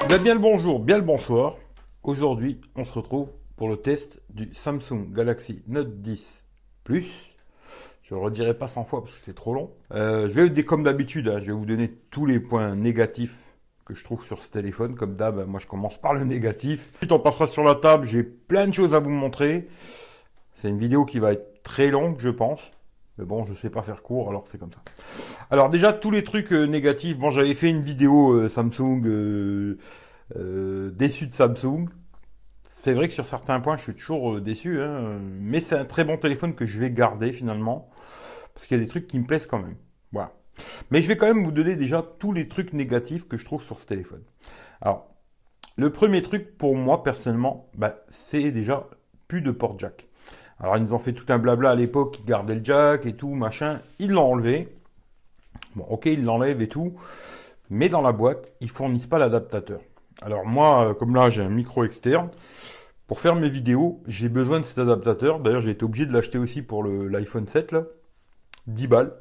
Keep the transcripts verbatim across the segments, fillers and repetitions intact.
Ben bien le bonjour, bien le bonsoir. Aujourd'hui, on se retrouve pour le test du Samsung Galaxy Note dix Plus. Je ne le redirai pas cent fois parce que c'est trop long. Euh, je vais, comme d'habitude, hein, je vais vous donner tous les points négatifs que je trouve sur ce téléphone. Comme d'hab, moi je commence par le négatif. Ensuite, on passera sur la table. J'ai plein de choses à vous montrer. C'est une vidéo qui va être très longue, je pense. Mais bon, je sais pas faire court, alors c'est comme ça. Alors déjà, tous les trucs euh, négatifs. Bon, j'avais fait une vidéo euh, Samsung, euh, euh, déçu de Samsung. C'est vrai que sur certains points, je suis toujours euh, déçu. Hein, mais c'est un très bon téléphone que je vais garder finalement. Parce qu'il y a des trucs qui me plaisent quand même. Voilà. Mais je vais quand même vous donner déjà tous les trucs négatifs que je trouve sur ce téléphone. Alors, le premier truc pour moi, personnellement, bah, c'est déjà plus de port jack. Alors, ils nous ont fait tout un blabla à l'époque, ils gardaient le jack et tout, machin. Ils l'ont enlevé. Bon, ok, ils l'enlèvent et tout. Mais dans la boîte, ils fournissent pas l'adaptateur. Alors moi, comme là, j'ai un micro externe. Pour faire mes vidéos, j'ai besoin de cet adaptateur. D'ailleurs, j'ai été obligé de l'acheter aussi pour le, l'iPhone sept, là. dix balles.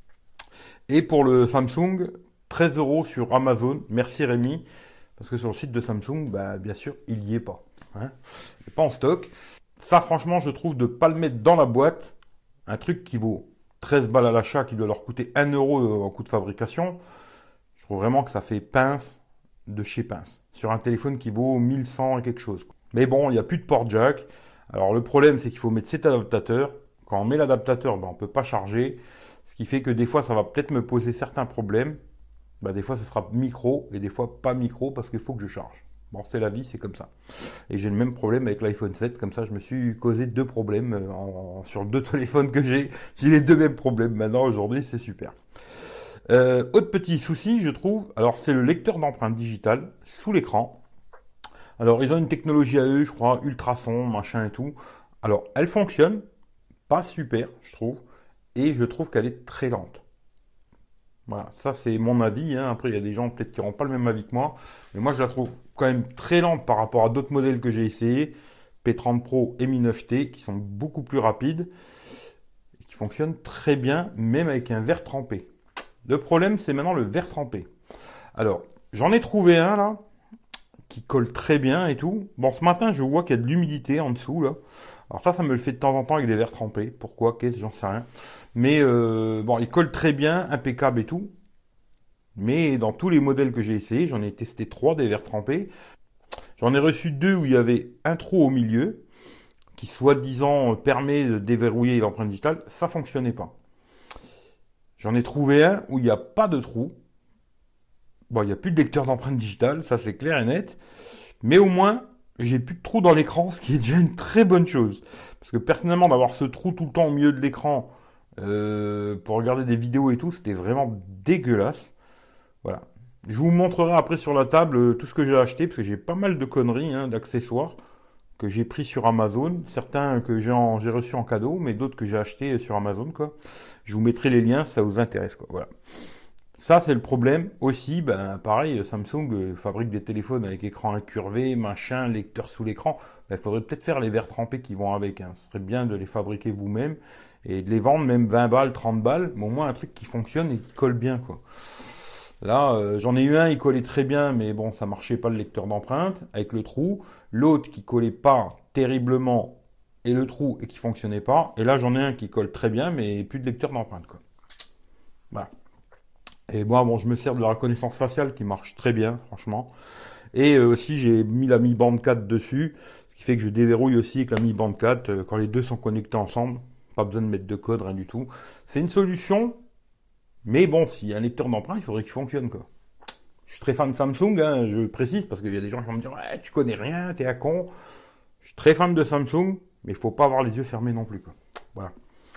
Et pour le Samsung, treize euros sur Amazon. Merci Rémi. Parce que sur le site de Samsung, bah, bien sûr, il n'y est pas. Hein. Il n'est pas en stock. Ça, franchement, je trouve de ne pas le mettre dans la boîte. Un truc qui vaut treize balles à l'achat, qui doit leur coûter un euro en coût de fabrication. Je trouve vraiment que ça fait pince de chez pince. Sur un téléphone qui vaut mille cent et quelque chose. Mais bon, il n'y a plus de port jack. Alors le problème, c'est qu'il faut mettre cet adaptateur. Quand on met l'adaptateur, ben, on ne peut pas charger. Ce qui fait que des fois, ça va peut-être me poser certains problèmes. Ben, des fois, ce sera micro et des fois pas micro parce qu'il faut que je charge. Bon, c'est la vie, c'est comme ça. Et j'ai le même problème avec l'iPhone sept. Comme ça, je me suis causé deux problèmes en, en, sur deux téléphones que j'ai. J'ai les deux mêmes problèmes maintenant. Aujourd'hui, c'est super. Euh, autre petit souci, je trouve, alors c'est le lecteur d'empreintes digitales sous l'écran. Alors, ils ont une technologie à eux, je crois, ultrason, machin et tout. Alors, elle fonctionne, pas super, je trouve, et je trouve qu'elle est très lente. Voilà, ça c'est mon avis. Hein. Après, il y a des gens peut-être qui n'auront pas le même avis que moi, mais moi je la trouve quand même très lente par rapport à d'autres modèles que j'ai essayés, P trente Pro et Mi neuf T, qui sont beaucoup plus rapides, et qui fonctionnent très bien, même avec un verre trempé. Le problème, c'est maintenant le verre trempé. Alors, j'en ai trouvé un là, qui colle très bien et tout. Bon, ce matin, je vois qu'il y a de l'humidité en dessous là. Alors ça, ça me le fait de temps en temps avec des verres trempés. Pourquoi? Qu'est-ce? J'en sais rien. Mais euh, bon, il colle très bien, impeccable et tout. Mais dans tous les modèles que j'ai essayés, j'en ai testé trois des verres trempés. J'en ai reçu deux où il y avait un trou au milieu, qui soi-disant permet de déverrouiller l'empreinte digitale. Ça fonctionnait pas. J'en ai trouvé un où il n'y a pas de trou. Bon, il n'y a plus de lecteur d'empreinte digitale, ça c'est clair et net. Mais au moins, j'ai plus de trou dans l'écran, ce qui est déjà une très bonne chose. Parce que personnellement, d'avoir ce trou tout le temps au milieu de l'écran euh, pour regarder des vidéos et tout, c'était vraiment dégueulasse. Voilà. Je vous montrerai après sur la table euh, tout ce que j'ai acheté, parce que j'ai pas mal de conneries, hein, d'accessoires que j'ai pris sur Amazon. Certains que j'ai, en, j'ai reçus en cadeau, mais d'autres que j'ai achetés sur Amazon, quoi. Je vous mettrai les liens si ça vous intéresse, quoi. Voilà. Ça, c'est le problème aussi. Ben, pareil, Samsung euh, fabrique des téléphones avec écran incurvé, machin, lecteur sous l'écran. Il ben, faudrait peut-être faire les verres trempés qui vont avec. Hein. Ce serait bien de les fabriquer vous-même et de les vendre même vingt balles, trente balles, mais au moins un truc qui fonctionne et qui colle bien, quoi. Là, euh, j'en ai eu un, il collait très bien, mais bon, ça marchait pas le lecteur d'empreinte avec le trou. L'autre qui collait pas terriblement et le trou et qui fonctionnait pas. Et là, j'en ai un qui colle très bien, mais plus de lecteur d'empreinte, quoi. Voilà. Et moi, bon, je me sers de la reconnaissance faciale qui marche très bien, franchement. Et euh, aussi, j'ai mis la Mi Band quatre dessus, ce qui fait que je déverrouille aussi avec la Mi Band quatre euh, quand les deux sont connectés ensemble. Pas besoin de mettre de code, rien du tout. C'est une solution, mais bon, s'il y a un lecteur d'empreinte, il faudrait qu'il fonctionne, quoi. Je suis très fan de Samsung, hein, je précise, parce qu'il y a des gens qui vont me dire ouais, tu connais rien, t'es à con. Je suis très fan de Samsung, mais il faut pas avoir les yeux fermés non plus, quoi. Voilà.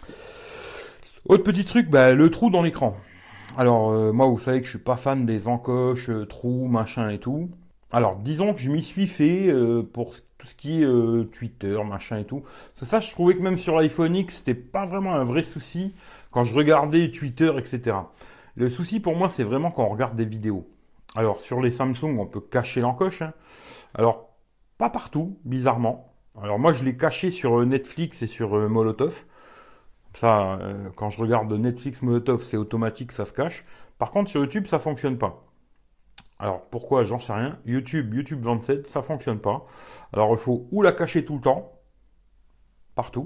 Autre petit truc, bah, le trou dans l'écran. Alors, euh, moi, vous savez que je suis pas fan des encoches, euh, trous, machin et tout. Alors, disons que je m'y suis fait euh, pour tout ce qui est euh, Twitter, machin et tout. C'est ça, je trouvais que même sur l'iPhone X, c'était pas vraiment un vrai souci quand je regardais Twitter, et cetera. Le souci pour moi, c'est vraiment quand on regarde des vidéos. Alors, sur les Samsung, on peut cacher l'encoche. Hein. Alors, pas partout, bizarrement. Alors, moi, je l'ai caché sur Netflix et sur euh, Molotov. Ça, euh, quand je regarde Netflix, Molotov, c'est automatique, ça se cache. Par contre, sur YouTube, ça fonctionne pas. Alors pourquoi, j'en sais rien. YouTube, YouTube vingt-sept, ça fonctionne pas. Alors il faut ou la cacher tout le temps, partout,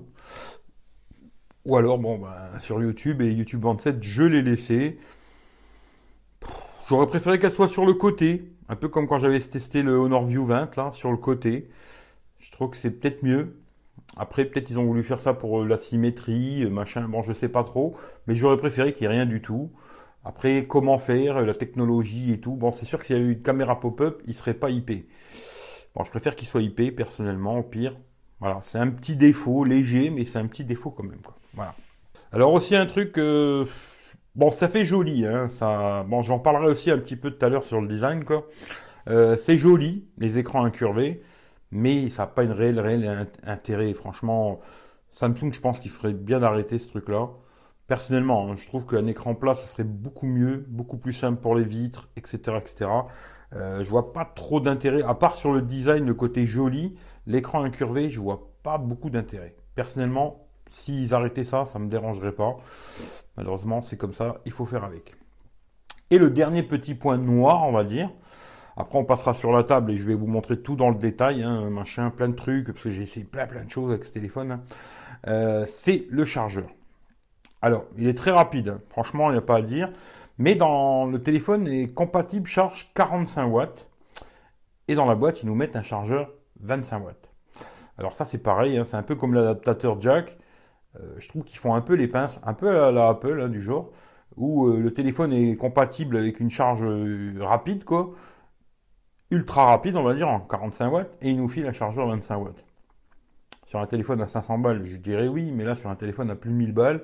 ou alors bon ben, sur YouTube et YouTube vingt-sept, je l'ai laissé. J'aurais préféré qu'elle soit sur le côté, un peu comme quand j'avais testé le Honor View vingt là, sur le côté. Je trouve que c'est peut-être mieux. Après, peut-être ils ont voulu faire ça pour euh, la symétrie, euh, machin, bon, je sais pas trop, mais j'aurais préféré qu'il n'y ait rien du tout. Après, comment faire, euh, la technologie et tout. Bon, c'est sûr que s'il y avait eu une caméra pop-up, il serait pas I P. Bon, je préfère qu'il soit I P, personnellement, au pire. Voilà, c'est un petit défaut, léger, mais c'est un petit défaut quand même, quoi. Voilà. Alors aussi un truc, euh, bon, ça fait joli, hein, ça, bon, j'en parlerai aussi un petit peu tout à l'heure sur le design, quoi. Euh, c'est joli, les écrans incurvés, mais ça n'a pas une réelle, réelle int- intérêt. Franchement, Samsung, je pense qu'il ferait bien d'arrêter ce truc-là. Personnellement, hein, je trouve qu'un écran plat, ça serait beaucoup mieux, beaucoup plus simple pour les vitres, et cetera, et cetera. Euh, je vois pas trop d'intérêt, à part sur le design, le côté joli, l'écran incurvé, je vois pas beaucoup d'intérêt. Personnellement, s'ils arrêtaient ça, ça me dérangerait pas. Malheureusement, c'est comme ça, il faut faire avec. Et le dernier petit point noir, on va dire. Après, on passera sur la table et je vais vous montrer tout dans le détail, hein, machin, plein de trucs, parce que j'ai essayé plein plein de choses avec ce téléphone, hein. Euh, c'est le chargeur. Alors, il est très rapide, hein. Franchement, il n'y a pas à dire. Mais dans le téléphone est compatible charge quarante-cinq watts. Et dans la boîte, ils nous mettent un chargeur vingt-cinq watts. Alors ça, c'est pareil, hein, c'est un peu comme l'adaptateur jack. Euh, je trouve qu'ils font un peu les pinces, un peu à la Apple, hein, du genre, où euh, le téléphone est compatible avec une charge euh, rapide, quoi, ultra rapide, on va dire, en quarante-cinq watts, et il nous file un chargeur vingt-cinq watts. Sur un téléphone à cinq cents balles, je dirais oui, mais là, sur un téléphone à plus de mille balles,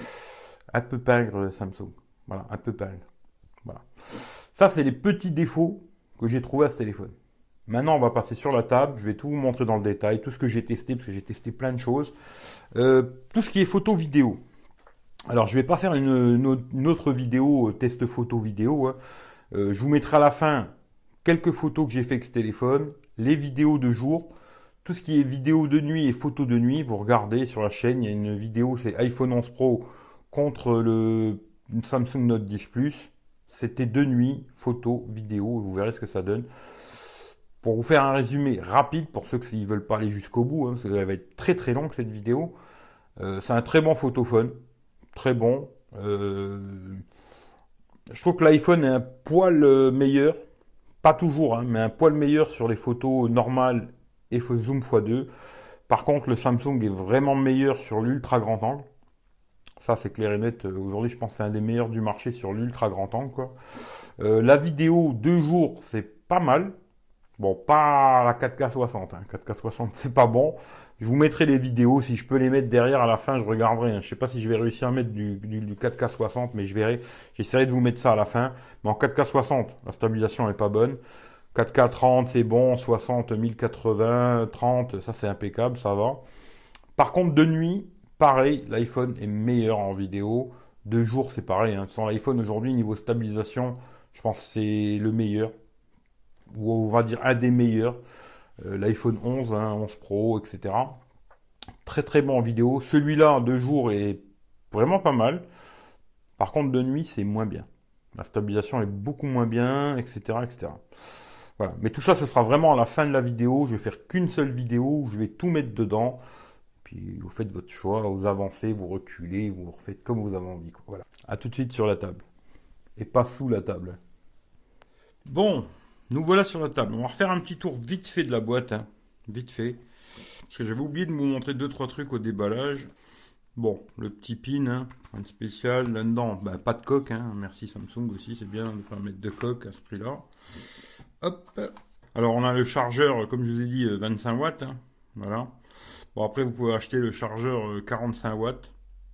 un peu pingre euh, Samsung. Voilà, un peu pingre. Voilà. Ça, c'est les petits défauts que j'ai trouvés à ce téléphone. Maintenant, on va passer sur la table. Je vais tout vous montrer dans le détail, tout ce que j'ai testé, parce que j'ai testé plein de choses. Euh, tout ce qui est photo vidéo. Alors, je vais pas faire une, une, une autre vidéo, euh, test photo vidéo, hein. Euh, je vous mettrai à la fin quelques photos que j'ai fait avec ce téléphone, les vidéos de jour, tout ce qui est vidéo de nuit et photo de nuit. Vous regardez sur la chaîne, il y a une vidéo, c'est iPhone onze Pro contre le Samsung Note dix Plus. C'était de nuit, photo, vidéo, vous verrez ce que ça donne. Pour vous faire un résumé rapide, pour ceux qui ne veulent pas aller jusqu'au bout, hein, parce qu'elle va être très très longue cette vidéo, euh, c'est un très bon photophone, très bon. Euh, je trouve que l'iPhone est un poil euh, meilleur, pas toujours, hein, mais un poil meilleur sur les photos normales et zoom fois deux. Par contre, le Samsung est vraiment meilleur sur l'ultra grand angle. Ça, c'est clair et net. Aujourd'hui, je pense que c'est un des meilleurs du marché sur l'ultra grand angle, quoi. Euh, la vidéo deux jours, c'est pas mal. Bon, pas la quatre K soixante, hein. quatre K soixante, c'est pas bon. Je vous mettrai les vidéos, si je peux les mettre derrière à la fin, je regarderai, hein. Je sais pas si je vais réussir à mettre du, du, du quatre K soixante, mais je verrai. J'essaierai de vous mettre ça à la fin. Mais en quatre K soixante, la stabilisation est pas bonne. quatre K trente, c'est bon. soixante, mille quatre-vingts, trente, ça c'est impeccable, ça va. Par contre, de nuit, pareil, l'iPhone est meilleur en vidéo. De jour, c'est pareil, hein. Sans l'iPhone aujourd'hui, niveau stabilisation, je pense que c'est le meilleur. Ou on va dire un des meilleurs. Euh, L'iPhone onze, hein, onze Pro, et cetera. Très très bon en vidéo. Celui-là, de jour, est vraiment pas mal. Par contre, de nuit, c'est moins bien. La stabilisation est beaucoup moins bien, et cetera, et cetera. Voilà. Mais tout ça, ce sera vraiment à la fin de la vidéo. Je vais faire qu'une seule vidéo où je vais tout mettre dedans. Puis vous faites votre choix, vous avancez, vous reculez, vous refaites comme vous avez envie, quoi. Voilà. À tout de suite sur la table. Et pas sous la table. Bon, nous voilà sur la table. On va refaire un petit tour vite fait de la boîte, hein. Vite fait. Parce que j'avais oublié de vous montrer deux trois trucs au déballage. Bon, le petit pin, hein, un spécial. Là-dedans, bah, pas de coque, hein. Merci Samsung aussi, c'est bien de ne pas mettre de coque à ce prix-là. Hop. Alors on a le chargeur, comme je vous ai dit, vingt-cinq watts, hein. Voilà. Bon, après, vous pouvez acheter le chargeur quarante-cinq watts.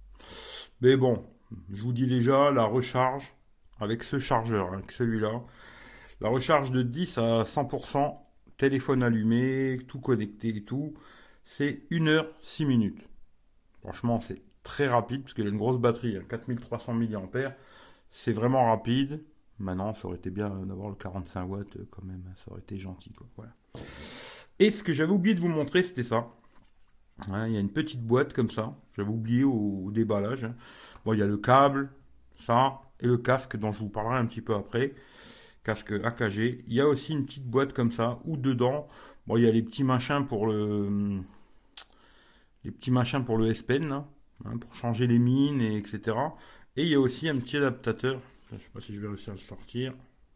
Mais bon, je vous dis déjà, la recharge avec ce chargeur, hein, avec celui-là, la recharge de dix à cent pour cent, téléphone allumé, tout connecté et tout, c'est une heure six minutes. Franchement, c'est très rapide, parce qu'il a une grosse batterie, hein, quatre mille trois cents milliampères. C'est vraiment rapide. Maintenant, ça aurait été bien d'avoir le quarante-cinq watts quand même, ça aurait été gentil, quoi. Voilà. Et ce que j'avais oublié de vous montrer, c'était ça. Hein, il y a une petite boîte comme ça, j'avais oublié au, au déballage. Bon, il y a le câble, ça, et le casque dont je vous parlerai un petit peu après, casque A K G. Il y a aussi une petite boîte comme ça, où dedans, bon, il y a les petits machins pour le, les petits machins pour le S Pen, là, hein, pour changer les mines, et etc. Et il y a aussi un petit adaptateur. Je ne sais pas si je vais réussir à le sortir.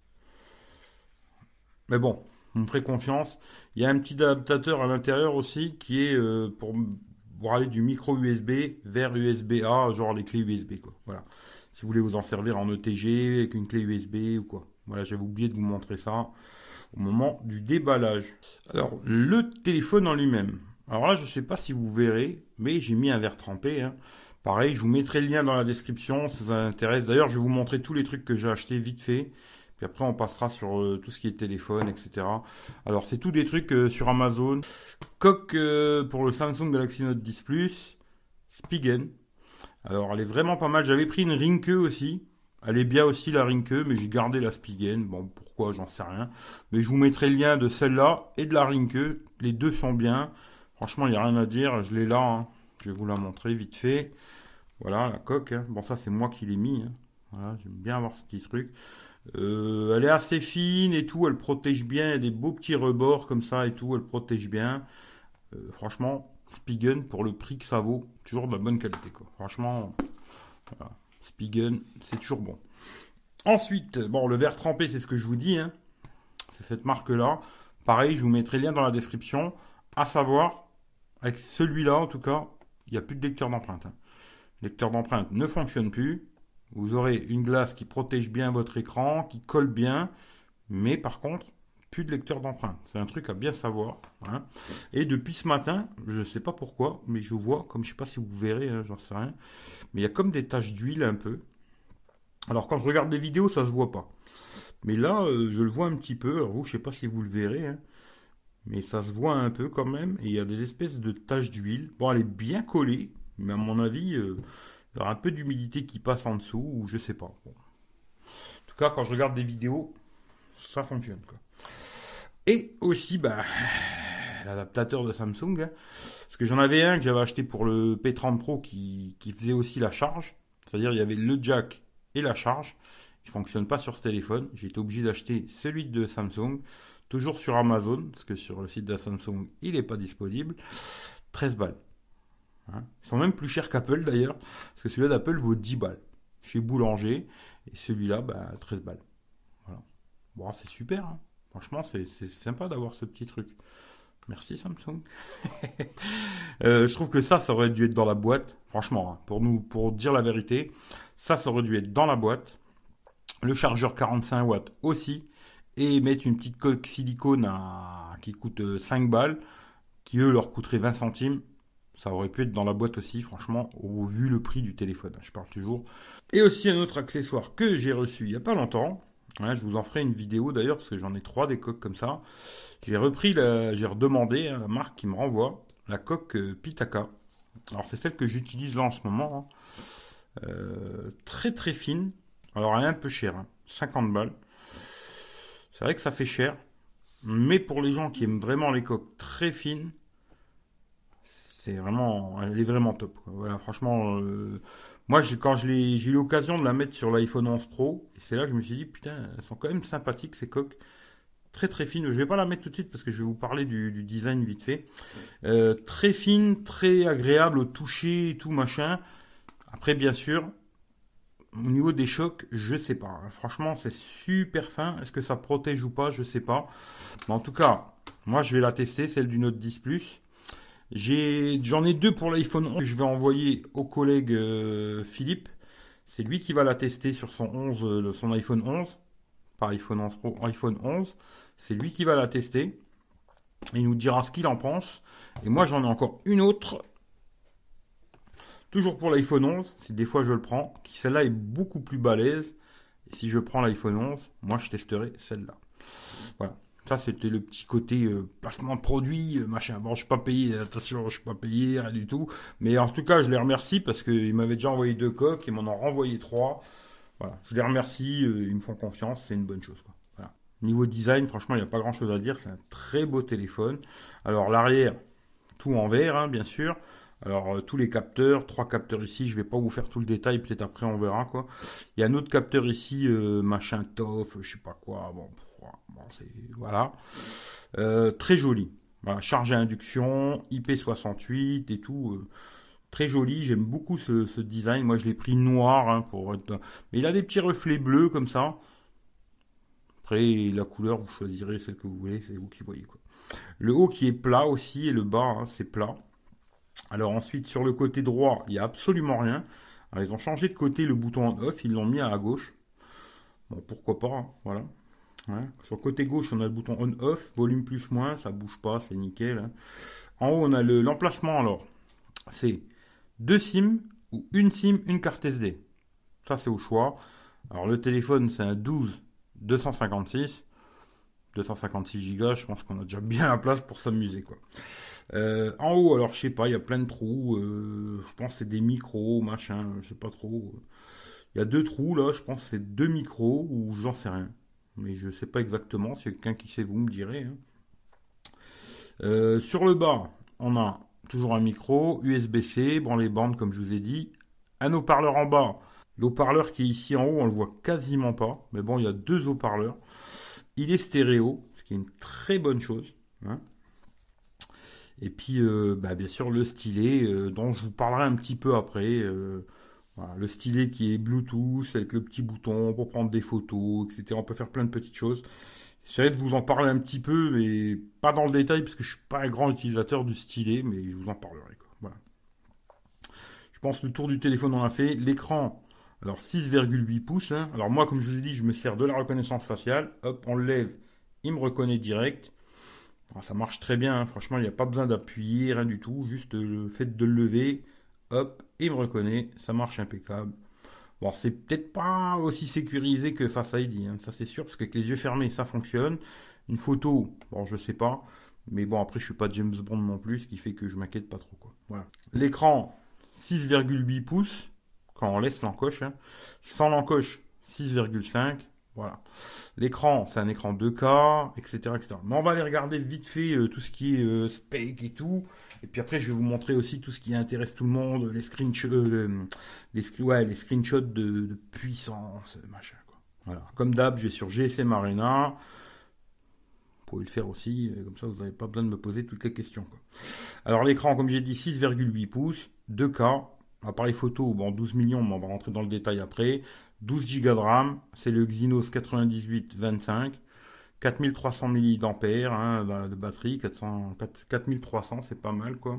Mais bon, vous me ferez confiance. Il y a un petit adaptateur à l'intérieur aussi qui est euh, pour, pour aller du micro U S B vers U S B A, genre les clés U S B, quoi. Voilà. Si vous voulez vous en servir en E T G avec une clé U S B ou quoi. Voilà, j'avais oublié de vous montrer ça au moment du déballage. Alors, le téléphone en lui-même. Alors là, je ne sais pas si vous verrez, mais j'ai mis un verre trempé, hein. Pareil, je vous mettrai le lien dans la description si ça vous intéresse. D'ailleurs, je vais vous montrer tous les trucs que j'ai achetés vite fait. Puis après, on passera sur euh, tout ce qui est téléphone, et cetera. Alors, c'est tout des trucs euh, sur Amazon. Coque euh, pour le Samsung Galaxy Note dix Plus. Spigen. Alors, elle est vraiment pas mal. J'avais pris une Rinke aussi. Elle est bien aussi, la Rinke, mais j'ai gardé la Spigen. Bon, pourquoi, j'en sais rien. Mais je vous mettrai le lien de celle-là et de la Rinke. Les deux sont bien. Franchement, il n'y a rien à dire. Je l'ai là, hein. Je vais vous la montrer vite fait. Voilà, la coque, hein. Bon, ça, c'est moi qui l'ai mis, hein. Voilà, j'aime bien avoir ce petit truc. Euh, elle est assez fine et tout, elle protège bien, il y a des beaux petits rebords comme ça et tout, elle protège bien. Euh, franchement, Spigen, pour le prix que ça vaut, toujours de la bonne qualité, quoi. Franchement, voilà. Spigen, c'est toujours bon. Ensuite, bon, le verre trempé, c'est ce que je vous dis, hein. C'est cette marque-là. Pareil, je vous mettrai le lien dans la description. À savoir, avec celui-là, en tout cas, il n'y a plus de lecteur d'empreinte, hein. Le lecteur d'empreinte ne fonctionne plus. Vous aurez une glace qui protège bien votre écran, qui colle bien, mais par contre, plus de lecteur d'empreinte. C'est un truc à bien savoir, hein. Et depuis ce matin, je ne sais pas pourquoi, mais je vois, comme je ne sais pas si vous verrez, hein, j'en sais rien, mais il y a comme des taches d'huile un peu. Alors quand je regarde des vidéos, ça ne se voit pas. Mais là, euh, je le vois un petit peu. Alors vous, je ne sais pas si vous le verrez, hein, mais ça se voit un peu quand même. Et il y a des espèces de taches d'huile. Bon, elle est bien collée, mais à mon avis... Euh, il y aura un peu d'humidité qui passe en dessous, ou je sais pas. Bon. En tout cas, quand je regarde des vidéos, ça fonctionne, quoi. Et aussi, bah, l'adaptateur de Samsung, hein, parce que j'en avais un que j'avais acheté pour le P trente Pro qui, qui faisait aussi la charge. C'est-à-dire, il y avait le jack et la charge. Il ne fonctionne pas sur ce téléphone. J'ai été obligé d'acheter celui de Samsung, toujours sur Amazon, parce que sur le site de Samsung, il n'est pas disponible. treize balles. Hein. Ils sont même plus chers qu'Apple d'ailleurs, parce que celui-là d'Apple vaut dix balles chez Boulanger, et celui-là, bah, treize balles. Voilà. Bon, c'est super, hein. Franchement, c'est, c'est sympa d'avoir ce petit truc. Merci Samsung. euh, je trouve que ça, ça aurait dû être dans la boîte. Franchement, hein, pour nous, pour dire la vérité, ça, ça aurait dû être dans la boîte. Le chargeur quarante-cinq watts aussi, et mettre une petite coque silicone à... qui coûte cinq balles, qui eux leur coûterait vingt centimes. Ça aurait pu être dans la boîte aussi, franchement, au vu le prix du téléphone, je parle toujours. Et aussi un autre accessoire que j'ai reçu il n'y a pas longtemps. Ouais, je vous en ferai une vidéo d'ailleurs, parce que j'en ai trois des coques comme ça. J'ai repris, la, j'ai redemandé à la marque qui me renvoie la coque euh, Pitaka. Alors c'est celle que j'utilise là en ce moment, hein. Euh, très très fine. Alors elle est un peu chère, hein, cinquante balles. C'est vrai que ça fait cher, mais pour les gens qui aiment vraiment les coques très fines, c'est vraiment, elle est vraiment top, quoi. Voilà, franchement, euh, moi, j'ai, quand je l'ai, j'ai eu l'occasion de la mettre sur l'iPhone onze Pro, et c'est là que je me suis dit, putain, elles sont quand même sympathiques, ces coques. Très très fines. Je vais pas la mettre tout de suite parce que je vais vous parler du, du design vite fait. Euh, très fine, très agréable au toucher et tout, machin. Après, bien sûr, au niveau des chocs, je sais pas, hein. Franchement, c'est super fin. Est-ce que ça protège ou pas? Je sais pas. Mais en tout cas, moi, je vais la tester, celle du Note dix Plus. J'ai, j'en ai deux pour l'iPhone onze que je vais envoyer au collègue euh, Philippe. C'est lui qui va la tester sur son onze, euh, son iPhone onze. Pas iPhone onze Pro, iPhone onze. C'est lui qui va la tester. Il nous dira ce qu'il en pense. Et moi, j'en ai encore une autre. Toujours pour l'iPhone onze, si des fois je le prends. Qui celle-là est beaucoup plus balèze. Et si je prends l'iPhone onze, moi je testerai celle-là. Voilà. Ça, c'était le petit côté euh, placement de produit, euh, machin. Bon, je suis pas payé, attention, je suis pas payé, rien du tout. Mais en tout cas, je les remercie parce qu'ils m'avaient déjà envoyé deux coques, ils m'en ont renvoyé trois. Voilà, je les remercie, euh, ils me font confiance, c'est une bonne chose, quoi. Voilà. Niveau design, franchement, il n'y a pas grand chose à dire, c'est un très beau téléphone. Alors, l'arrière, tout en verre, hein, bien sûr. Alors, euh, tous les capteurs, trois capteurs ici, je vais pas vous faire tout le détail, peut-être après on verra quoi. Il y a un autre capteur ici, euh, machin T O F, je sais pas quoi, bon, pff, bon c'est, voilà. Euh, très joli. Voilà, charge à induction, I P soixante-huit et tout. euh, très joli, j'aime beaucoup ce, ce design. Moi, je l'ai pris noir hein, pour être... Mais il a des petits reflets bleus comme ça. Après, la couleur, vous choisirez celle que vous voulez, c'est vous qui voyez quoi. Le haut qui est plat aussi et le bas, hein, c'est plat. Alors ensuite, sur le côté droit, il n'y a absolument rien. Alors, ils ont changé de côté le bouton on-off, ils l'ont mis à la gauche. Bon, pourquoi pas, hein, voilà. Ouais. Sur le côté gauche, on a le bouton on-off, volume plus moins, ça bouge pas, c'est nickel. Hein. En haut, on a le- l'emplacement alors. C'est deux SIM ou une SIM, une carte S D. Ça, c'est au choix. Alors le téléphone, c'est un douze deux cent cinquante-six. deux cent cinquante-six gigas, je pense qu'on a déjà bien la place pour s'amuser quoi. Euh, en haut, alors je sais pas, il y a plein de trous. euh, je pense que c'est des micros, machin, je sais pas trop. Il y a deux trous là, je pense que c'est deux micros ou j'en sais rien. Mais je sais pas exactement. Si quelqu'un qui sait, vous me direz. Hein. Euh, sur le bas, on a toujours un micro, U S B-C, branlé bande comme je vous ai dit. Un haut-parleur en bas. L'haut-parleur qui est ici en haut, on le voit quasiment pas. Mais bon, il y a deux haut-parleurs. Il est stéréo, ce qui est une très bonne chose. Hein. Et puis, euh, bah, bien sûr, le stylet, euh, dont je vous parlerai un petit peu après. Euh, voilà, le stylet qui est Bluetooth, avec le petit bouton pour prendre des photos, et cetera. On peut faire plein de petites choses. J'essaierai de vous en parler un petit peu, mais pas dans le détail, parce que je suis pas un grand utilisateur du stylet, mais je vous en parlerai. Quoi. Voilà. Je pense que le tour du téléphone, on a fait. L'écran, alors six virgule huit pouces. Hein. Alors moi, comme je vous ai dit, je me sers de la reconnaissance faciale. Hop, on le lève, il me reconnaît direct. Alors, ça marche très bien, hein. Franchement, il n'y a pas besoin d'appuyer, rien du tout. Juste le fait de le lever, hop, il me reconnaît. Ça marche impeccable. Bon, c'est peut-être pas aussi sécurisé que Face I D, hein, ça c'est sûr, parce qu'avec les yeux fermés, ça fonctionne. Une photo, bon, je sais pas. Mais bon, après, je suis pas James Bond non plus, ce qui fait que je m'inquiète pas trop, quoi. Voilà. L'écran, six virgule huit pouces, quand on laisse l'encoche. Hein. Sans l'encoche, six virgule cinq. Voilà. L'écran, c'est un écran deux K, et cetera, et cetera. Mais on va aller regarder vite fait euh, tout ce qui est euh, spec et tout. Et puis après, je vais vous montrer aussi tout ce qui intéresse tout le monde, les screenshots, euh, les, ouais, les screenshots de, de puissance, machin, quoi. Voilà. Comme d'hab, je vais sur G S M Arena. Vous pouvez le faire aussi, comme ça vous n'avez pas besoin de me poser toutes les questions, quoi. Alors l'écran, comme j'ai dit, six virgule huit pouces, deux K, appareil photo, bon douze millions, mais on va rentrer dans le détail après. douze gigas de RAM, c'est le Exynos quatre-vingt-dix-huit vingt-cinq. quatre mille trois cents milliampères hein, de batterie, quatre cents, quatre mille trois cents, c'est pas mal quoi.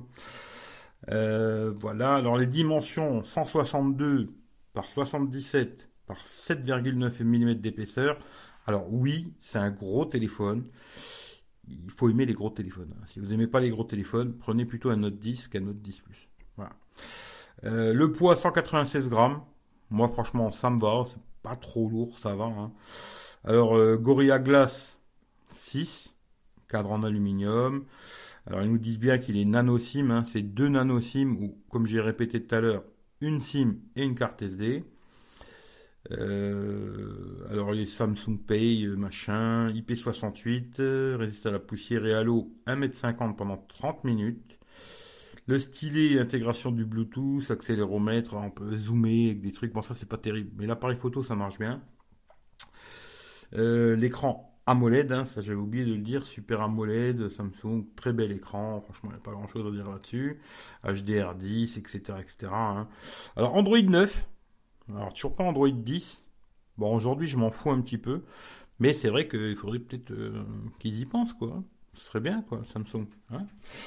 Euh, voilà, alors les dimensions cent soixante-deux par soixante-dix-sept par sept virgule neuf millimètres d'épaisseur. Alors oui, c'est un gros téléphone. Il faut aimer les gros téléphones. Si vous n'aimez pas les gros téléphones, prenez plutôt un Note dix qu'un Note dix plus. Voilà. Euh, le poids cent quatre-vingt-seize grammes. Moi franchement ça me va, c'est pas trop lourd, ça va. Hein. Alors euh, Gorilla Glass six, cadre en aluminium. Alors ils nous disent bien qu'il est nano SIM, hein. C'est deux nano SIM ou comme j'ai répété tout à l'heure, une SIM et une carte S D. Euh, alors les Samsung Pay, machin, I P soixante-huit, euh, résiste à la poussière et à l'eau, un mètre cinquante pendant trente minutes. Le stylet, intégration du Bluetooth, accéléromètre, on peut zoomer avec des trucs, bon ça c'est pas terrible, mais l'appareil photo ça marche bien. Euh, l'écran AMOLED, hein, ça j'avais oublié de le dire, Super AMOLED, Samsung, très bel écran, franchement il n'y a pas grand chose à dire là-dessus. H D R dix, et cetera, et cetera. Hein. Alors Android neuf, alors toujours pas Android dix, bon aujourd'hui je m'en fous un petit peu, mais c'est vrai qu'il faudrait peut-être euh, qu'ils y pensent quoi, ce serait bien quoi, Samsung. Hein.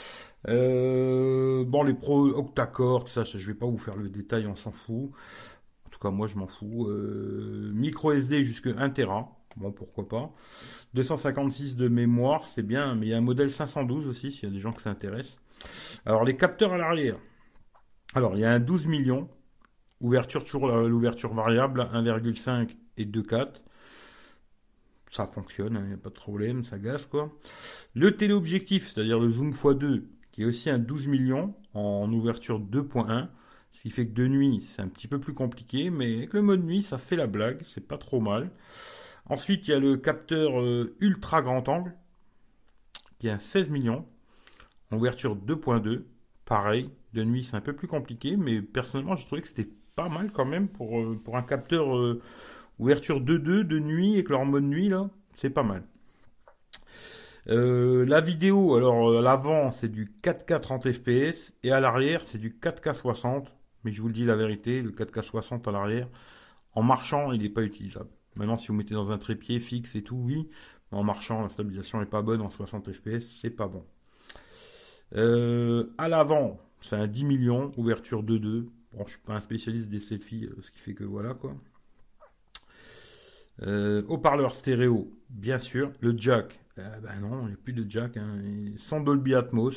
Euh, bon les Pro octa-core, ça je vais pas vous faire le détail, on s'en fout. En tout cas moi je m'en fous. Euh, micro S D jusqu'à un téra. Bon, pourquoi pas. deux cent cinquante-six de mémoire, c'est bien, mais il y a un modèle cinq cent douze aussi, s'il y a des gens qui s'intéressent. Alors, les capteurs à l'arrière. Alors, il y a un douze millions. Ouverture, toujours l'ouverture variable, un virgule cinq et deux virgule quatre. Ça fonctionne, il hein, n'y a pas de problème, ça gaze, quoi. Le téléobjectif, c'est-à-dire le zoom fois deux, qui est aussi un douze millions, en ouverture deux point un. Ce qui fait que de nuit, c'est un petit peu plus compliqué, mais avec le mode nuit, ça fait la blague, c'est pas trop mal. Ensuite, il y a le capteur euh, ultra grand angle, qui est un seize millions, en ouverture deux point deux. pareil. De nuit, c'est un peu plus compliqué, mais personnellement, j'ai trouvé que c'était pas mal quand même pour, euh, pour un capteur euh, ouverture deux deux de nuit avec leur mode nuit, là. C'est pas mal. Euh, la vidéo, alors euh, à l'avant, c'est du quatre K trente F P S et à l'arrière, c'est du quatre K soixante. Mais je vous le dis la vérité, le quatre K soixante à l'arrière, en marchant, il n'est pas utilisable. Maintenant, si vous mettez dans un trépied fixe et tout, oui. Mais en marchant, la stabilisation n'est pas bonne en soixante F P S, c'est pas bon. Euh, à l'avant, c'est un dix millions, ouverture deux deux. Bon, je suis pas un spécialiste des selfies, euh, ce qui fait que voilà quoi. Euh, haut-parleur stéréo, bien sûr. Le jack, euh, ben non, il n'y a plus de jack. Hein. Sans Dolby Atmos.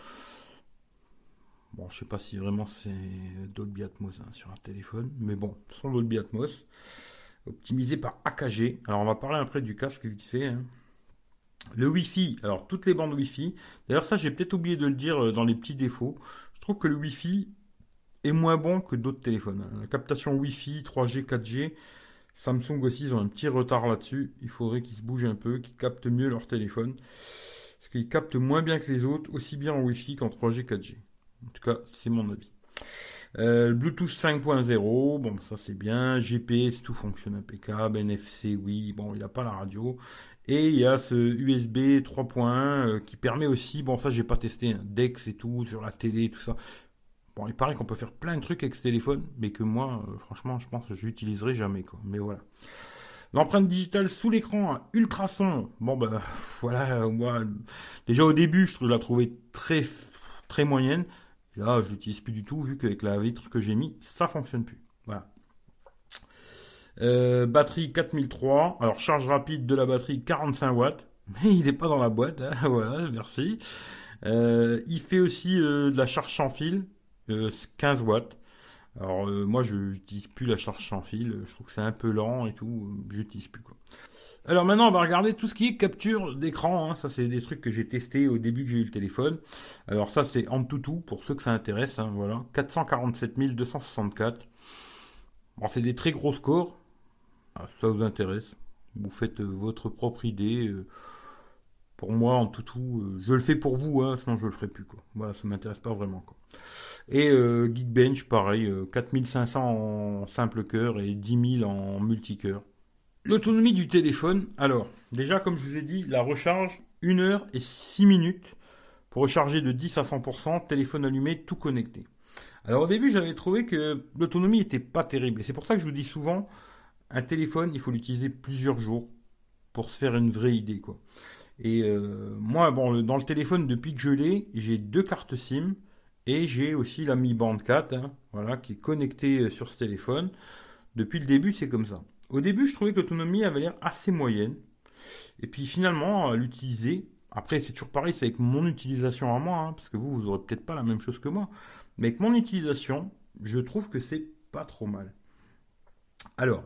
Bon, je sais pas si vraiment c'est Dolby Atmos hein, sur un téléphone, mais bon, sans Dolby Atmos. Optimisé par A K G. Alors, on va parler après du casque vite fait. Hein. Le Wi-Fi, alors toutes les bandes Wi-Fi. D'ailleurs, ça, j'ai peut-être oublié de le dire dans les petits défauts. Je trouve que le Wi-Fi est moins bon que d'autres téléphones. La captation Wi-Fi, trois G, quatre G, Samsung aussi, ils ont un petit retard là-dessus. Il faudrait qu'ils se bougent un peu, qu'ils captent mieux leur téléphone. Parce qu'ils captent moins bien que les autres, aussi bien en Wi-Fi qu'en trois G, quatre G. En tout cas, c'est mon avis. Euh, Bluetooth cinq point zéro, bon, ça c'est bien. G P S, tout fonctionne impeccable. N F C, oui, bon, il n'a pas la radio. Et il y a ce U S B trois point un euh, qui permet aussi, bon, ça j'ai pas testé, hein, D E X et tout, sur la télé, tout ça. Bon, il paraît qu'on peut faire plein de trucs avec ce téléphone, mais que moi, euh, franchement, je pense que je l'utiliserai jamais, quoi. Mais voilà. L'empreinte digitale sous l'écran, un ultrason. Bon, ben, voilà, moi, déjà au début, je la trouvais très, très moyenne. Et là, je l'utilise plus du tout, vu qu'avec la vitre que j'ai mis, ça fonctionne plus. Voilà. Euh, batterie quatre mille trois. Alors, charge rapide de la batterie quarante-cinq watts. Mais il n'est pas dans la boîte. Hein, voilà, merci. Euh, il fait aussi euh, de la charge sans fil. Euh, quinze watts. Alors, euh, moi, je n'utilise plus la charge sans fil. Je trouve que c'est un peu lent et tout. Je n'utilise plus, quoi. Alors maintenant, on va regarder tout ce qui est capture d'écran. Hein. Ça, c'est des trucs que j'ai testés au début que j'ai eu le téléphone. Alors ça, c'est AnTuTu, pour ceux que ça intéresse. Hein, voilà. quatre cent quarante-sept mille deux cent soixante-quatre. Bon, c'est des très gros scores. Ah, ça vous intéresse. Vous faites euh, votre propre idée. Euh, pour moi, AnTuTu, euh, je le fais pour vous, hein, sinon je le ferai plus. Quoi. Voilà, ça m'intéresse pas vraiment. Quoi. Et euh, Geekbench, pareil, euh, quatre mille cinq cents en simple cœur et dix mille en multicœur. L'autonomie du téléphone, alors, déjà comme je vous ai dit, la recharge, une heure et six minutes pour recharger de dix à cent pour cent, téléphone allumé, tout connecté. Alors au début, j'avais trouvé que l'autonomie n'était pas terrible. Et c'est pour ça que je vous dis souvent, un téléphone, il faut l'utiliser plusieurs jours pour se faire une vraie idée, quoi. Et euh, moi, bon, dans le téléphone, depuis que je l'ai, j'ai deux cartes SIM et j'ai aussi la Mi Band quatre, hein, voilà, qui est connectée sur ce téléphone. Depuis le début, c'est comme ça. Au début, je trouvais que l'autonomie avait l'air assez moyenne. Et puis finalement, à l'utiliser, après c'est toujours pareil, c'est avec mon utilisation à moi, hein, parce que vous, vous aurez peut-être pas la même chose que moi. Mais avec mon utilisation, je trouve que c'est pas trop mal. Alors,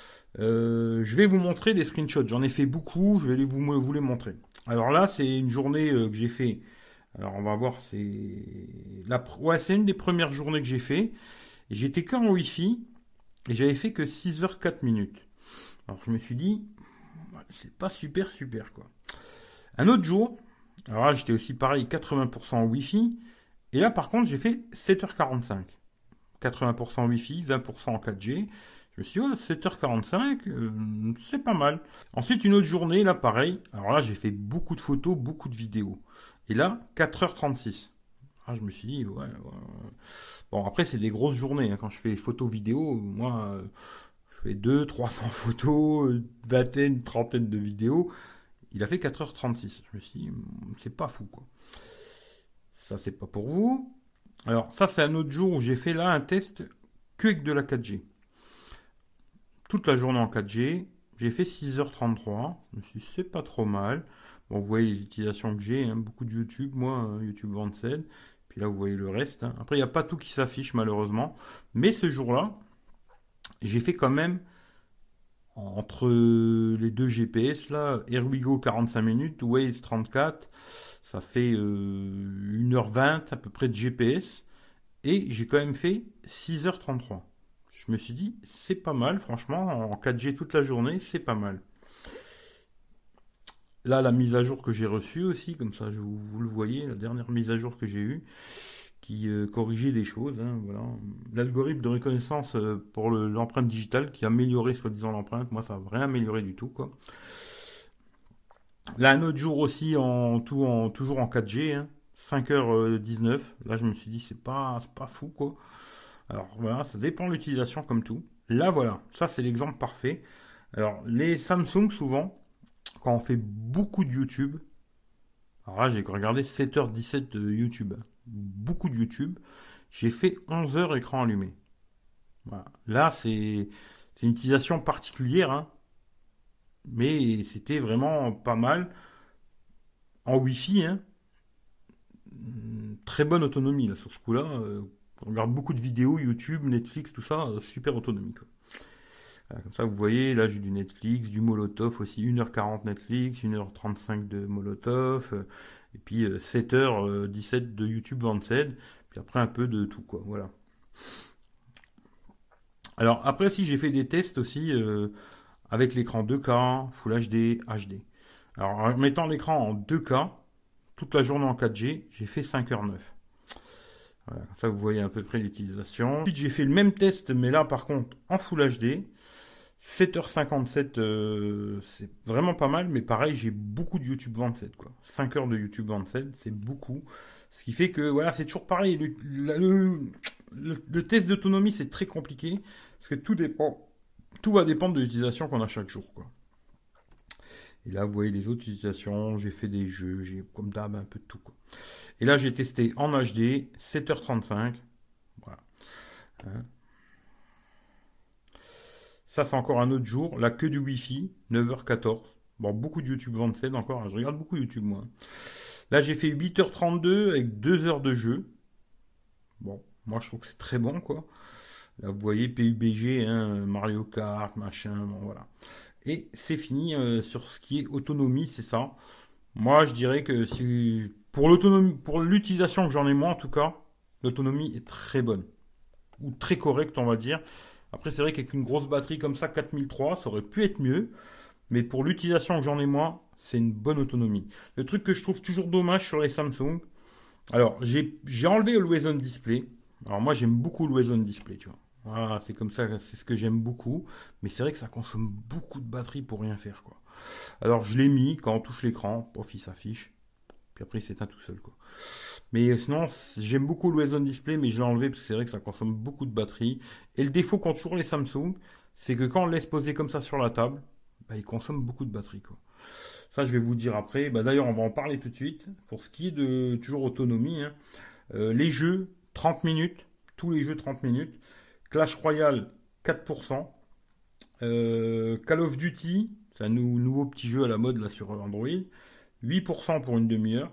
euh, je vais vous montrer des screenshots. J'en ai fait beaucoup, je vais vous, vous les montrer. Alors là, c'est une journée euh, que j'ai fait. Alors on va voir, c'est la, ouais, c'est une des premières journées que j'ai fait. J'étais qu'en Wi-Fi. Et j'avais fait que six heures quatre minutes. Alors je me suis dit, c'est pas super super quoi. Un autre jour, alors là j'étais aussi pareil, quatre-vingts pour cent en Wi-Fi. Et là par contre j'ai fait sept heures quarante-cinq. quatre-vingts pour cent Wi-Fi, vingt pour cent en quatre G. Je me suis dit, oh, sept heures quarante-cinq, euh, c'est pas mal. Ensuite une autre journée, là pareil. Alors là j'ai fait beaucoup de photos, beaucoup de vidéos. Et là, quatre heures trente-six. Ah, je me suis dit, ouais, ouais. Bon, après, c'est des grosses journées. Hein. Quand je fais photos vidéos, moi, euh, je fais deux cents trois cents photos, une vingtaine, trentaine de vidéos. Il a fait quatre heures trente-six. Je me suis dit, c'est pas fou, quoi. Ça, c'est pas pour vous. Alors, ça, c'est un autre jour où j'ai fait là un test que avec de la quatre G. Toute la journée en quatre G. J'ai fait six heures trente-trois. Je me suis dit, c'est pas trop mal. Bon, vous voyez les utilisations que j'ai. Hein. Beaucoup de YouTube, moi, YouTube vingt-sept. Puis là, vous voyez le reste. Hein. Après, il n'y a pas tout qui s'affiche, malheureusement. Mais ce jour-là, j'ai fait quand même, entre les deux G P S, là, AirWigo quarante-cinq minutes, Waze trente-quatre, ça fait euh, une heure vingt à peu près de G P S. Et j'ai quand même fait six heures trente-trois. Je me suis dit, c'est pas mal, franchement, en quatre G toute la journée, c'est pas mal. Là, la mise à jour que j'ai reçue aussi, comme ça, vous, vous le voyez, la dernière mise à jour que j'ai eue, qui euh, corrigeait des choses. Hein, voilà. L'algorithme de reconnaissance euh, pour le- l'empreinte digitale qui a amélioré soi-disant l'empreinte. Moi, ça n'a rien amélioré du tout, quoi. Là, un autre jour aussi, en, tout en, toujours en quatre G, hein, cinq heures dix-neuf. Là, je me suis dit, c'est pas, c'est pas fou, quoi. Alors, voilà, ça dépend de l'utilisation, comme tout. Là, voilà, ça, c'est l'exemple parfait. Alors, les Samsung, souvent, quand on fait beaucoup de YouTube, alors là, j'ai regardé sept heures dix-sept de YouTube, hein, beaucoup de YouTube, j'ai fait onze heures écran allumé. Voilà. Là, c'est c'est une utilisation particulière, hein, mais c'était vraiment pas mal. En Wi-Fi, hein, très bonne autonomie là, sur ce coup-là. Euh, on regarde beaucoup de vidéos, YouTube, Netflix, tout ça, euh, super autonomie, quoi. Voilà, comme ça, vous voyez, là j'ai du Netflix, du Molotov aussi, une heure quarante Netflix, une heure trente-cinq de Molotov, euh, et puis euh, sept heures dix-sept de YouTube vingt-sept, puis après un peu de tout, quoi. Voilà. Alors après aussi, j'ai fait des tests aussi euh, avec l'écran deux K, Full H D, H D. Alors en mettant l'écran en deux K, toute la journée en quatre G, j'ai fait cinq heures neuf. Voilà, comme ça vous voyez à peu près l'utilisation. Ensuite j'ai fait le même test, mais là par contre en Full H D. sept heures cinquante-sept, euh, c'est vraiment pas mal, mais pareil, j'ai beaucoup de YouTube vingt-sept, quoi. cinq heures de YouTube vingt-sept, c'est beaucoup. Ce qui fait que, voilà, c'est toujours pareil. Le, le, le- le test d'autonomie, c'est très compliqué, parce que tout dépend, tout va dépendre de l'utilisation qu'on a chaque jour, quoi. Et là, vous voyez les autres utilisations, j'ai fait des jeux, j'ai, comme d'hab, un peu de tout, quoi. Et là, j'ai testé en H D, sept heures trente-cinq, voilà. Hein. Ça, c'est encore un autre jour. Là, que du Wi-Fi, neuf heures quatorze. Bon, beaucoup de YouTube vingt-sept encore, hein. Je regarde beaucoup YouTube, moi. Là, j'ai fait huit heures trente-deux avec deux heures de jeu. Bon, moi, je trouve que c'est très bon, quoi. Là, vous voyez, P U B G, hein, Mario Kart, machin, bon, voilà. Et c'est fini euh, sur ce qui est autonomie, c'est ça. Moi, je dirais que si, pour l'autonomie, pour l'utilisation que j'en ai moi, en tout cas, l'autonomie est très bonne. Ou très correcte, on va dire. Après, c'est vrai qu'avec une grosse batterie comme ça, quatre mille trois, ça aurait pu être mieux. Mais pour l'utilisation que j'en ai moi, c'est une bonne autonomie. Le truc que je trouve toujours dommage sur les Samsung, alors j'ai j'ai enlevé Always On Display. Alors moi j'aime beaucoup l'Always On Display, tu vois. Voilà, c'est comme ça, c'est ce que j'aime beaucoup. Mais c'est vrai que ça consomme beaucoup de batterie pour rien faire, quoi. Alors je l'ai mis, quand on touche l'écran, pof, il s'affiche. Puis après il s'éteint tout seul, quoi. Mais sinon, j'aime beaucoup l'Always On Display, mais je l'ai enlevé parce que c'est vrai que ça consomme beaucoup de batterie. Et le défaut qu'ont toujours les Samsung, c'est que quand on le laisse poser comme ça sur la table, bah, il consomme beaucoup de batterie, quoi. Ça, je vais vous dire après. Bah, d'ailleurs, on va en parler tout de suite. Pour ce qui est de toujours autonomie, hein, euh, les jeux, trente minutes. Tous les jeux, trente minutes. Clash Royale, quatre pour cent. Euh, Call of Duty, c'est un nou- nouveau petit jeu à la mode là sur Android. huit pour cent pour une demi-heure.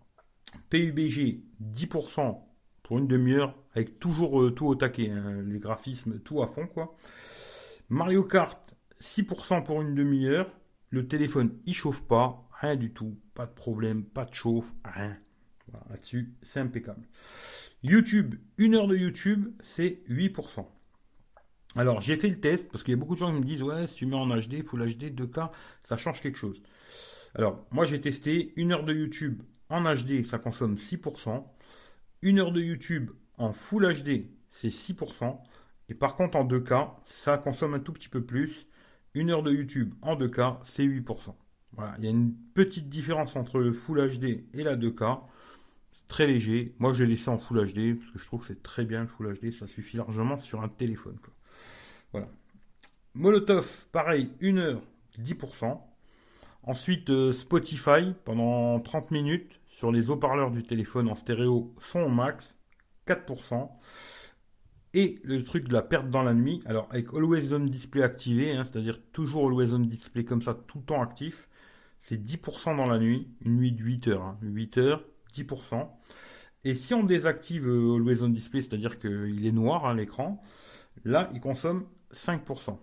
P U B G, dix pour cent pour une demi-heure. Avec toujours euh, tout au taquet, hein, les graphismes, tout à fond, quoi. Mario Kart, six pour cent pour une demi-heure. Le téléphone, il chauffe pas, rien du tout, pas de problème, pas de chauffe, rien. Voilà, là-dessus, c'est impeccable. YouTube, une heure de YouTube, c'est huit pour cent. Alors, j'ai fait le test, parce qu'il y a beaucoup de gens qui me disent, ouais, si tu mets en H D, Full H D, deux K, ça change quelque chose. Alors, moi, j'ai testé une heure de YouTube en H D, ça consomme six pour cent. Une heure de YouTube en Full H D, c'est six pour cent. Et par contre, en deux K, ça consomme un tout petit peu plus. Une heure de YouTube en deux K, c'est huit pour cent. Voilà, il y a une petite différence entre le Full H D et la deux K. C'est très léger. Moi, je l'ai laissé en Full H D parce que je trouve que c'est très bien le Full H D. Ça suffit largement sur un téléphone, quoi. Voilà. Molotov, pareil, une heure, dix pour cent. Ensuite, euh, Spotify, pendant trente minutes, sur les haut-parleurs du téléphone en stéréo, son au max, quatre pour cent. Et le truc de la perte dans la nuit, alors avec Always On Display activé, hein, c'est-à-dire toujours Always On Display comme ça, tout le temps actif, c'est dix pour cent dans la nuit, une nuit de huit heures, hein, huit heures, dix pour cent. Et si on désactive euh, Always On Display, c'est-à-dire qu'il est noir, hein, l'écran, là, il consomme cinq pour cent.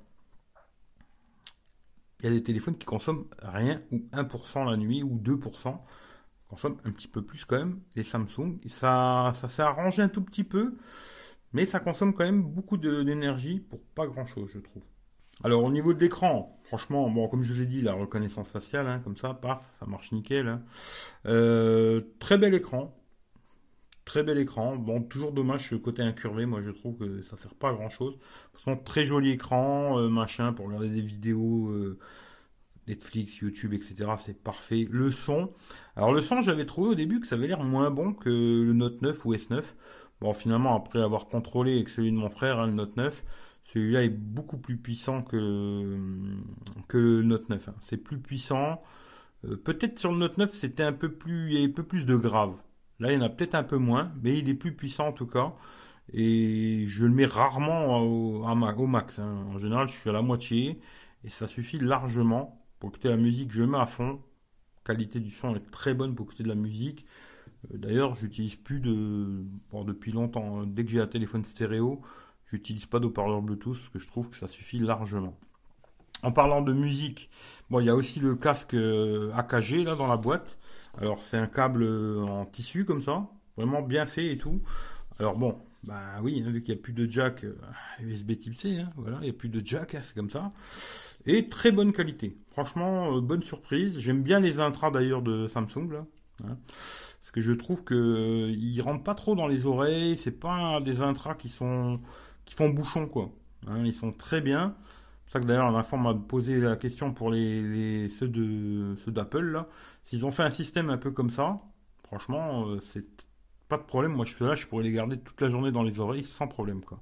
Il y a des téléphones qui consomment rien, ou un pour cent la nuit, ou deux pour cent. Ils consomment un petit peu plus quand même, les Samsung. Et ça, ça s'est arrangé un tout petit peu, mais ça consomme quand même beaucoup de- d'énergie pour pas grand-chose, je trouve. Alors au niveau de l'écran, franchement, bon, comme je vous ai dit, la reconnaissance faciale, hein, comme ça, paf, ça marche nickel, hein. Euh, très bel écran, Très bel écran. Bon, toujours dommage ce côté incurvé. Moi, je trouve que ça sert pas à grand chose. Son très joli écran, euh, machin, pour regarder des vidéos euh, Netflix, YouTube, et cetera. C'est parfait. Le son. Alors, le son, j'avais trouvé au début que ça avait l'air moins bon que le Note neuf ou S neuf. Bon, finalement, après avoir contrôlé avec celui de mon frère, hein, le Note neuf, celui-là est beaucoup plus puissant que, que le Note neuf, hein. C'est plus puissant. Euh, peut-être sur le Note neuf, c'était un peu plus, il y avait un peu plus de grave. Là, il y en a peut-être un peu moins, mais il est plus puissant en tout cas. Et je le mets rarement au, à ma- au max, hein. En général, je suis à la moitié et ça suffit largement pour écouter la musique. Je mets à fond. La qualité du son est très bonne pour écouter de la musique. Euh, D'ailleurs, j'utilise plus de, bon, depuis longtemps. Hein. Dès que j'ai un téléphone stéréo, j'utilise pas d'haut-parleur Bluetooth parce que je trouve que ça suffit largement. En parlant de musique, bon, il y a aussi le casque euh, A K G là dans la boîte. Alors c'est un câble euh, en tissu comme ça, vraiment bien fait et tout. Alors bon, bah oui, hein, vu qu'il n'y a plus de jack euh, U S B type C, hein, voilà, il n'y a plus de jack, hein, c'est comme ça. Et très bonne qualité. Franchement, euh, bonne surprise. J'aime bien les intras d'ailleurs de Samsung là, hein, parce que je trouve que euh, ils rentrent pas trop dans les oreilles. C'est pas des intras qui sont qui font bouchon quoi. Hein, ils sont très bien. C'est pour ça que d'ailleurs, la dernière fois, on m'a posé la question pour les, les- ceux de ceux d'Apple là, s'ils ont fait un système un peu comme ça. Franchement, euh, c'est pas de problème. Moi, je suis là, je pourrais les garder toute la journée dans les oreilles sans problème quoi.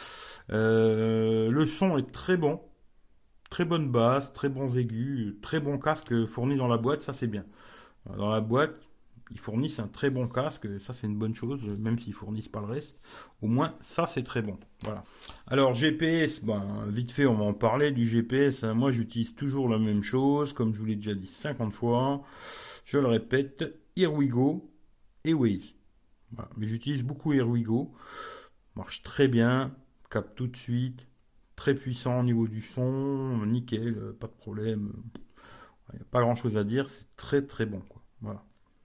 Euh, le son est très bon, très bonne basse, très bons aigus, très bon casque fourni dans la boîte, ça c'est bien. Dans la boîte, ils fournissent un très bon casque, ça c'est une bonne chose, même s'ils fournissent pas le reste. Au moins, ça c'est très bon. Voilà. Alors G P S, ben, vite fait, on va en parler du G P S. Moi, j'utilise toujours la même chose, comme je vous l'ai déjà dit cinquante fois. Je le répète, Here We Go et Waze. Voilà. Mais j'utilise beaucoup Here We Go. Marche très bien, capte tout de suite, très puissant au niveau du son, nickel, pas de problème. Il n'y a pas grand chose à dire, c'est très très bon, quoi. Voilà.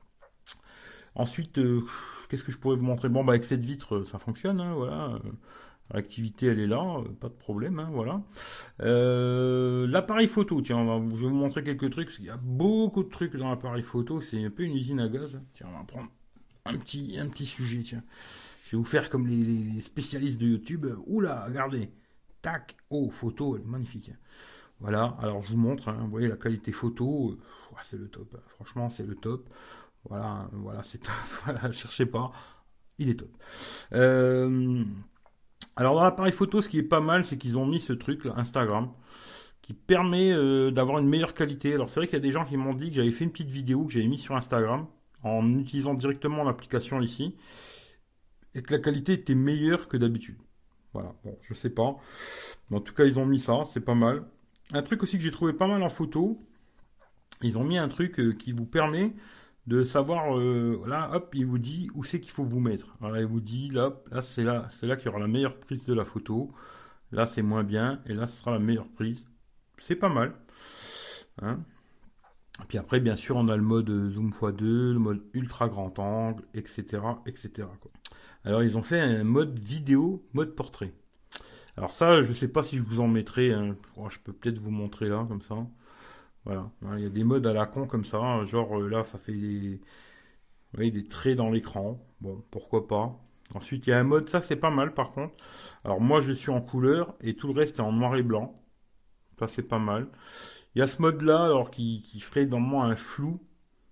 Ensuite, euh, qu'est-ce que je pourrais vous montrer? Bon, bah, avec cette vitre, euh, ça fonctionne, hein, voilà. Euh, L'activité, elle est là, euh, pas de problème, hein, voilà. Euh, l'appareil photo, tiens, on va, je vais vous montrer quelques trucs, parce qu'il y a beaucoup de trucs dans l'appareil photo, c'est un peu une usine à gaz. Tiens, on va prendre un petit, un petit sujet, tiens. Je vais vous faire comme les, les- les spécialistes de YouTube. Oula, regardez. Tac, oh, photo, elle est magnifique. Voilà, alors je vous montre, hein, vous voyez la qualité photo, euh, ouah, c'est le top, hein. Franchement c'est le top. Voilà, voilà, c'est top. Voilà, cherchez pas, il est top. Euh, alors dans l'appareil photo, ce qui est pas mal, c'est qu'ils ont mis ce truc là, Instagram, qui permet euh, d'avoir une meilleure qualité. Alors c'est vrai qu'il y a des gens qui m'ont dit que j'avais fait une petite vidéo que j'avais mis sur Instagram en utilisant directement l'application ici et que la qualité était meilleure que d'habitude. Voilà, bon, je sais pas. Mais en tout cas, ils ont mis ça, c'est pas mal. Un truc aussi que j'ai trouvé pas mal en photo, ils ont mis un truc euh, qui vous permet de savoir, euh, là, hop, il vous dit où c'est qu'il faut vous mettre. Voilà, il vous dit, là, là c'est là, c'est là qu'il y aura la meilleure prise de la photo. Là, c'est moins bien, et là, ce sera la meilleure prise. C'est pas mal, hein. Puis après, bien sûr, on a le mode zoom fois deux, le mode ultra grand angle, et cetera, et cetera quoi. Alors, ils ont fait un mode vidéo, mode portrait. Alors ça, je sais pas si je vous en mettrai, hein. Oh, je peux peut-être vous montrer là, comme ça. Voilà. Hein, il y a des modes à la con comme ça, hein. Genre euh, là, ça fait des, vous voyez, des traits dans l'écran. Bon, pourquoi pas. Ensuite, il y a un mode, ça c'est pas mal par contre. Alors moi, je suis en couleur et tout le reste est en noir et blanc. Ça c'est pas mal. Il y a ce mode-là, alors qui, qui ferait dans moi un flou.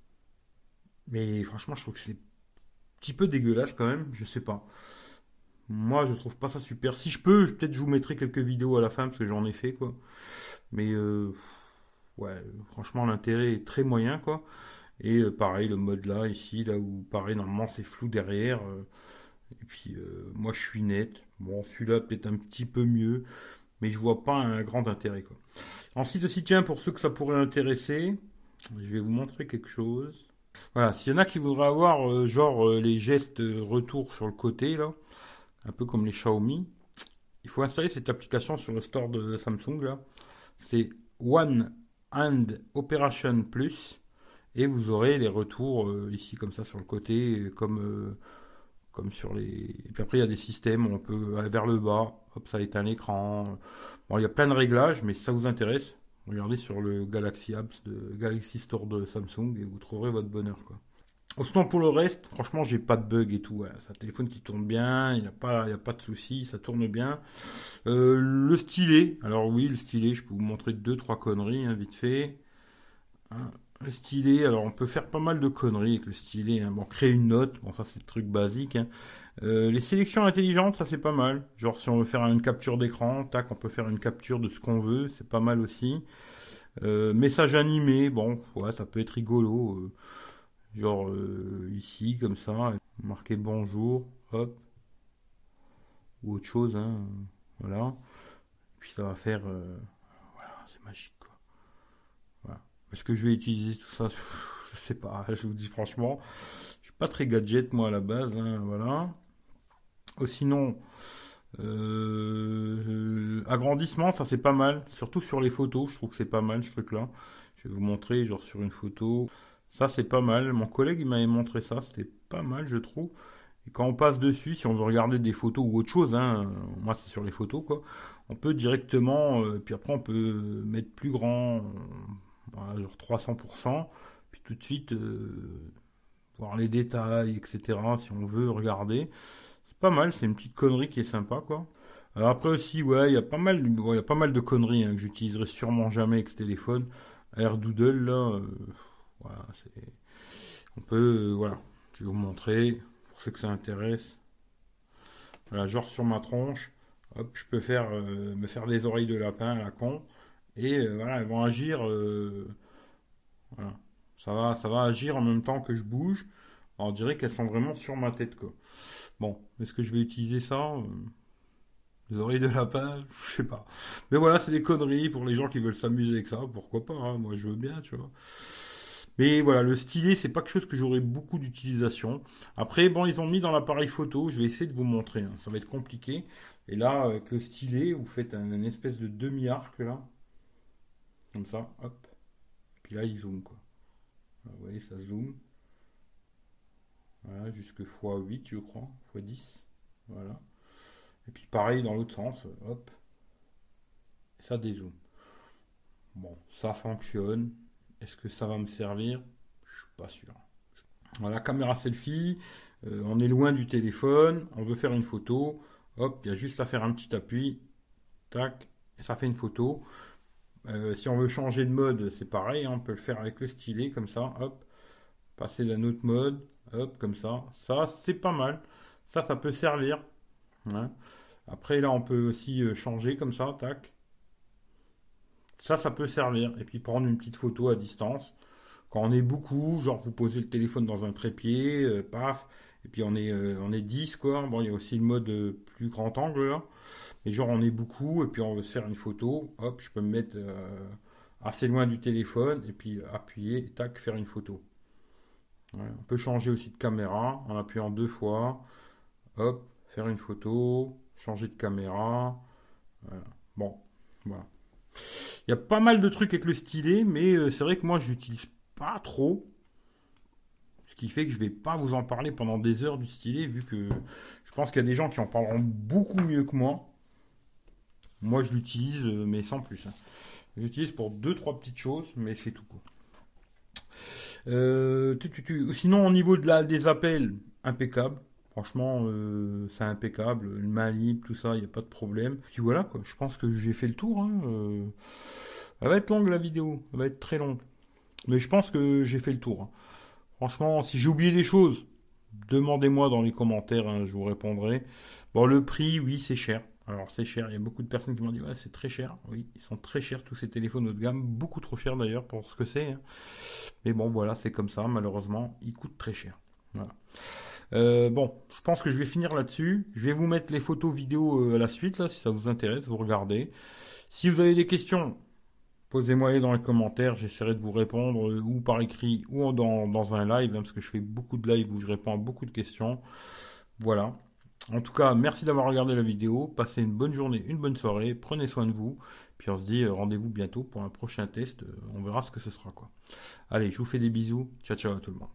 Mais franchement, je trouve que c'est un petit peu dégueulasse quand même. Je sais pas. Moi, je trouve pas ça super. Si je peux, je- peut-être je vous mettrai quelques vidéos à la fin parce que j'en ai fait quoi. Mais euh, ouais, franchement, l'intérêt est très moyen quoi. Et euh, pareil, le mode là, ici, là où pareil, normalement c'est flou derrière. euh, et puis euh, moi je suis net. Bon, celui-là peut-être un petit peu mieux, mais je vois pas un grand intérêt quoi. Ensuite aussi, tiens, pour ceux que ça pourrait intéresser, je vais vous montrer quelque chose. Voilà, s'il y en a qui voudraient avoir euh, genre euh, les gestes euh, retour sur le côté là, un peu comme les Xiaomi, il faut installer cette application sur le store de Samsung là. C'est One Hand Operation Plus. Et vous aurez les retours euh, ici comme ça sur le côté, euh, comme, euh, comme sur les... Et puis après il y a des systèmes où on peut aller vers le bas, hop ça éteint l'écran. Bon il y a plein de réglages, mais si ça vous intéresse, regardez sur le Galaxy Apps de Galaxy Store de Samsung et vous trouverez votre bonheur quoi. Sinon, pour le reste, franchement, j'ai pas de bug et tout. Ouais. C'est un téléphone qui tourne bien, il n'y a pas, il y a pas de souci, ça tourne bien. Euh, le stylet, alors oui, le stylet, je peux vous montrer deux, trois conneries, hein, vite fait. Hein, le stylet, alors on peut faire pas mal de conneries avec le stylet. Hein. Bon, créer une note, bon ça c'est le truc basique. Hein. Euh, les sélections intelligentes, ça c'est pas mal. Genre si on veut faire une capture d'écran, tac, on peut faire une capture de ce qu'on veut, c'est pas mal aussi. Euh, message animé, bon, ouais, ça peut être rigolo. Euh, genre euh, ici, comme ça, marquer bonjour, hop, ou autre chose, hein, voilà. Puis ça va faire, euh, voilà, c'est magique quoi. Voilà. Est-ce que je vais utiliser tout ça? Je sais pas, je vous dis franchement, je suis pas très gadget moi à la base, hein, voilà. Oh, sinon, euh, agrandissement, ça c'est pas mal, surtout sur les photos, je trouve que c'est pas mal ce truc-là. Je vais vous montrer, genre sur une photo, ça c'est pas mal. Mon collègue il m'avait montré ça, c'était pas mal je trouve. Et quand on passe dessus, si on veut regarder des photos ou autre chose, hein, moi c'est sur les photos quoi, on peut directement, euh, puis après on peut mettre plus grand, euh, voilà, genre trois cents pour cent, puis tout de suite euh, voir les détails, et cetera. Si on veut regarder. C'est pas mal, c'est une petite connerie qui est sympa, quoi. Alors après aussi, ouais, il y a pas mal, bon, il y a pas mal de conneries hein, que j'utiliserai sûrement jamais avec ce téléphone. AirDoodle, là, euh, voilà, c'est, on peut, euh, voilà, je vais vous montrer pour ceux que ça intéresse. Voilà, genre sur ma tronche, hop, je peux faire, euh, me faire des oreilles de lapin à la con, et euh, voilà, elles vont agir, euh, voilà, ça va, ça va agir en même temps que je bouge. Alors, on dirait qu'elles sont vraiment sur ma tête, quoi. Bon, est-ce que je vais utiliser ça? Euh, Les oreilles de lapin, je sais pas. Mais voilà, c'est des conneries pour les gens qui veulent s'amuser avec ça. Pourquoi pas, hein, moi je veux bien, tu vois. Mais voilà, le stylet, c'est pas quelque chose que j'aurai beaucoup d'utilisation. Après, bon, ils ont mis dans l'appareil photo, je vais essayer de vous montrer. Hein. Ça va être compliqué. Et là, avec le stylet, vous faites un, une espèce de demi-arc, là. Comme ça, hop. Puis là, il zoome, quoi. Vous voyez, ça zoome. Voilà, jusque fois huit, je crois. Fois dix. Voilà. Et puis pareil dans l'autre sens, hop. Et ça dézoome. Bon, ça fonctionne. Est-ce que ça va me servir? Je suis pas sûr. Voilà, caméra selfie. Euh, on est loin du téléphone. On veut faire une photo. Hop, il y a juste à faire un petit appui. Tac. Et ça fait une photo. Euh, si on veut changer de mode, c'est pareil. Hein, on peut le faire avec le stylet, comme ça. Hop. Passer d'un autre mode. Hop, comme ça. Ça, c'est pas mal. Ça, ça peut servir. Hein. Après, là, on peut aussi euh, changer comme ça. Tac. Ça, ça peut servir. Et puis prendre une petite photo à distance. Quand on est beaucoup, genre vous posez le téléphone dans un trépied, euh, paf, et puis on est, euh, on est dix quoi. Bon, il y a aussi le mode euh, plus grand angle là. Mais genre on est beaucoup, et puis on veut se faire une photo, hop, je peux me mettre euh, assez loin du téléphone, et puis appuyer, tac, faire une photo. Ouais, on peut changer aussi de caméra en appuyant deux fois, hop, faire une photo, changer de caméra. Voilà. Bon, voilà. Il y a pas mal de trucs avec le stylet, mais euh, c'est vrai que moi je l'utilise pas trop. Ce qui fait que je vais pas vous en parler pendant des heures du stylet, vu que je pense qu'il y a des gens qui en parleront beaucoup mieux que moi. Moi je l'utilise, euh, mais sans plus. Hein. Je l'utilise pour deux, trois petites choses, mais c'est tout. Quoi. Euh, tu, tu, tu. Sinon, au niveau de la, des appels, impeccable. Franchement, euh, c'est impeccable. Le main libre, tout ça, il n'y a pas de problème. Puis voilà, quoi. Je pense que j'ai fait le tour. Hein. Euh, elle va être longue la vidéo. Elle va être très longue. Mais je pense que j'ai fait le tour. Hein. Franchement, si j'ai oublié des choses, demandez-moi dans les commentaires, hein, je vous répondrai. Bon, le prix, oui, c'est cher. Alors, c'est cher. Il y a beaucoup de personnes qui m'ont dit, ouais, c'est très cher. Oui, ils sont très chers, tous ces téléphones haut de gamme. Beaucoup trop chers d'ailleurs pour ce que c'est. Hein. Mais bon, voilà, c'est comme ça. Malheureusement, ils coûtent très cher. Voilà. Euh, bon, je pense que je vais finir là-dessus. Je vais vous mettre les photos vidéos euh, à la suite, là, si ça vous intéresse, vous regardez. Si vous avez des questions, posez-moi dans les commentaires, j'essaierai de vous répondre euh, ou par écrit ou dans, dans un live, hein, parce que je fais beaucoup de lives où je réponds à beaucoup de questions. Voilà. En tout cas, merci d'avoir regardé la vidéo. Passez une bonne journée, une bonne soirée. Prenez soin de vous. Puis on se dit euh, rendez-vous bientôt pour un prochain test. Euh, on verra ce que ce sera, quoi. Allez, je vous fais des bisous. Ciao, ciao à tout le monde.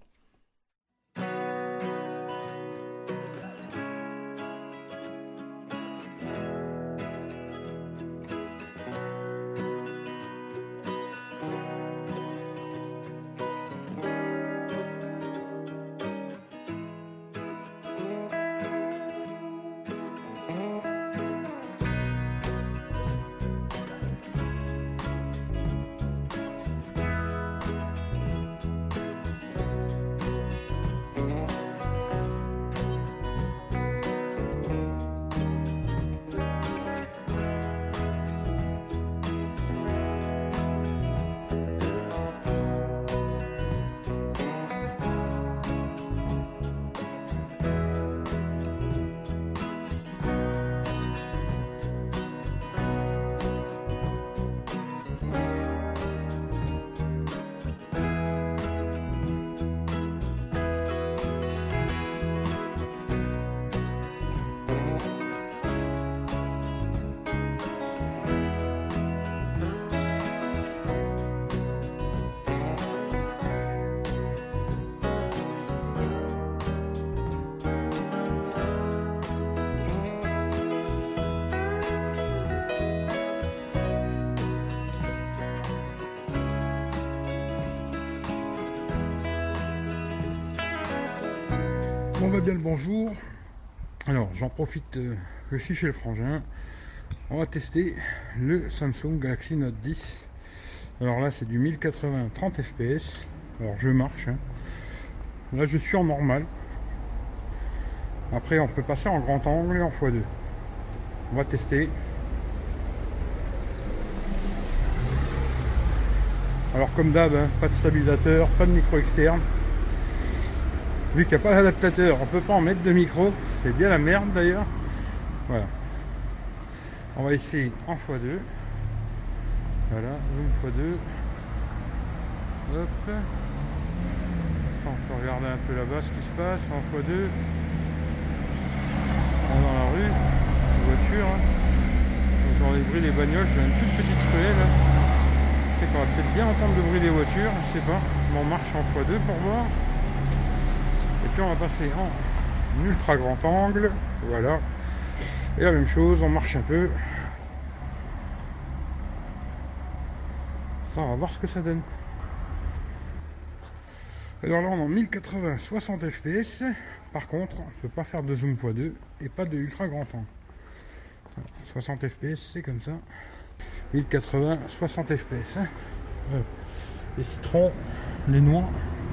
Bon bah bien le bonjour. Alors j'en profite, euh, je suis chez le frangin. On va tester le Samsung Galaxy Note dix. Alors là c'est du mille quatre-vingts trente F P S. Alors je marche. Hein. Là je suis en normal. Après on peut passer en grand angle et en fois deux. On va tester. Alors comme d'hab, hein, pas de stabilisateur, pas de micro externe. Vu qu'il n'y a pas d'adaptateur, on peut pas en mettre de micro. C'est bien la merde d'ailleurs. Voilà. On va essayer en fois deux. Voilà, zoom fois deux. Hop. On peut regarder un peu là-bas ce qui se passe en fois deux. On est dans la rue, une voiture. Hein. Dans les bruits des bagnoles, j'ai une toute petite ruelle. Je sais qu'on va peut-être bien entendre le bruit des voitures, je sais pas. On marche en fois deux pour voir. Et puis on va passer en ultra grand angle. Voilà. Et la même chose, on marche un peu. Ça, on va voir ce que ça donne. Alors là, on est en mille quatre-vingts soixante F P S. Par contre, on ne peut pas faire de zoom fois deux et pas de ultra grand angle. soixante F P S, c'est comme ça. mille quatre-vingts soixante F P S. Hein. Voilà. Les citrons, les noix.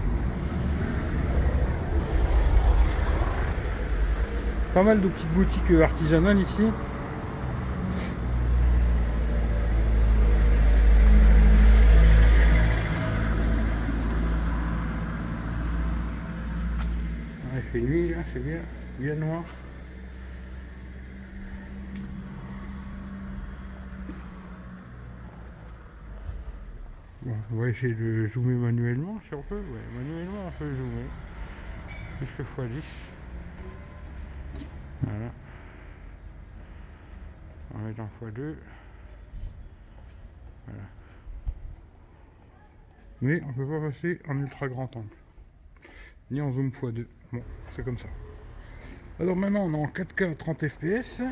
Pas mal de petites boutiques artisanales ici. Il fait nuit là, c'est bien, bien noir. Bon, on va essayer de zoomer manuellement si on peut. Ouais, manuellement on peut zoomer. Jusque fois dix. Voilà. On va mettre en fois deux. Voilà. Mais on ne peut pas passer en ultra grand angle. Ni en zoom fois deux. Bon, c'est comme ça. Alors maintenant on est en quatre K trente F P S.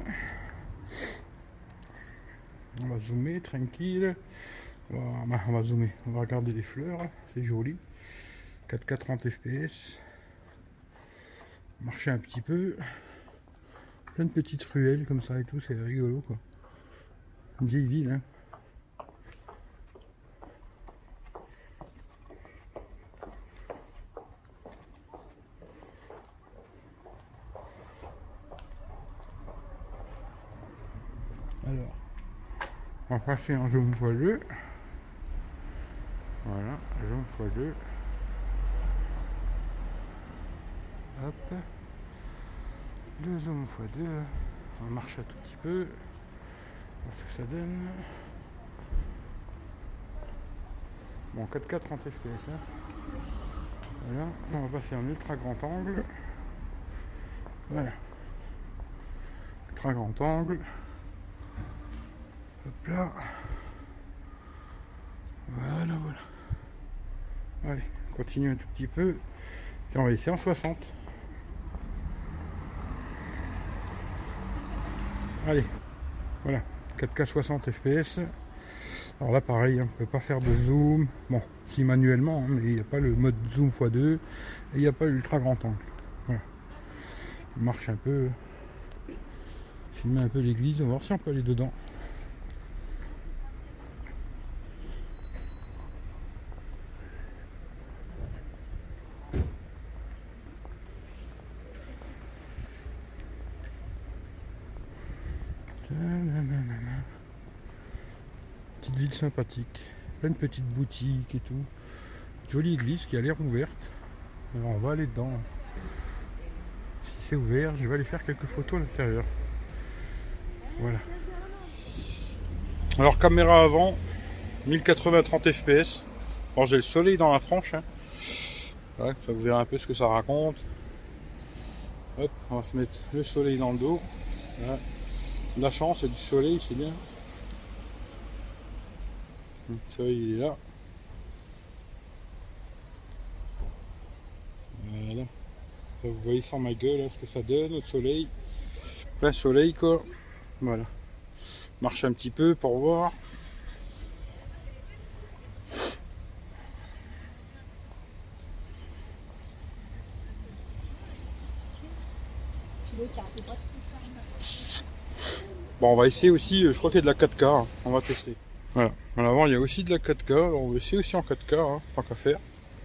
On va zoomer tranquille. On va, on va zoomer. On va regarder les fleurs. C'est joli. quatre K trente F P S. Marcher un petit peu. Plein de petites ruelles comme ça et tout, c'est rigolo quoi. Une vieille ville hein. Alors, on va passer en zoom fois deux. Voilà, zoom fois deux. Hop. Le zoom fois deux. On marche un tout petit peu. Voir ce que ça donne. Bon, quatre K trente F P S. Hein. Voilà, on va passer en ultra grand angle. Voilà. Ultra grand angle. Hop là. Voilà, voilà. Allez, on continue un tout petit peu. Et on va essayer en soixante. Allez, voilà, quatre K soixante F P S. Alors là pareil, hein, on ne peut pas faire de zoom. Bon, si manuellement, hein, mais il n'y a pas le mode zoom fois deux et il n'y a pas l'ultra grand angle. Voilà. On marche un peu. Filmer un peu l'église, on va voir si on peut aller dedans. Petite ville sympathique, plein de petites boutiques et tout. Jolie église qui a l'air ouverte. Alors on va aller dedans. Si c'est ouvert, je vais aller faire quelques photos à l'intérieur. Voilà. Alors caméra avant, mille quatre-vingts trente F P S. Alors j'ai le soleil dans la franche. Hein. Ouais, ça vous verra un peu ce que ça raconte. Hop, on va se mettre le soleil dans le dos. Voilà. La chance, c'est du soleil, c'est bien. Le soleil il est là. Voilà. Ça, vous voyez sans ma gueule là, ce que ça donne au soleil. Plein soleil quoi. Voilà. Marche un petit peu pour voir. Bon, on va essayer aussi, je crois qu'il y a de la quatre K, hein. On va tester. Voilà, en avant il y a aussi de la quatre K, alors on va essayer aussi en quatre K, hein, tant qu'à faire.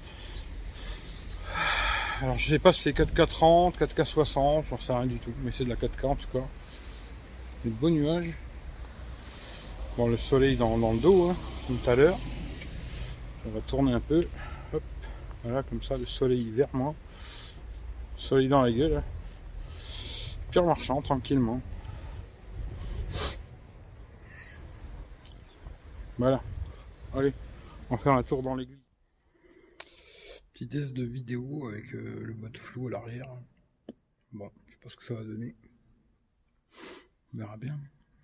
Alors je sais pas si c'est quatre K trente, quatre K soixante, j'en sais rien du tout, mais c'est de la quatre K en tout cas. Des beaux nuages. Bon, le soleil dans, dans le dos, hein, comme tout à l'heure. On va tourner un peu. Hop. Voilà, comme ça, le soleil vers moi. Le soleil dans la gueule. Hein. Puis en marchant tranquillement. Voilà. Allez, on va faire un tour dans l'église. Petit test de vidéo avec euh, le mode flou à l'arrière. Bon, je sais pas ce que ça va donner. On verra bien.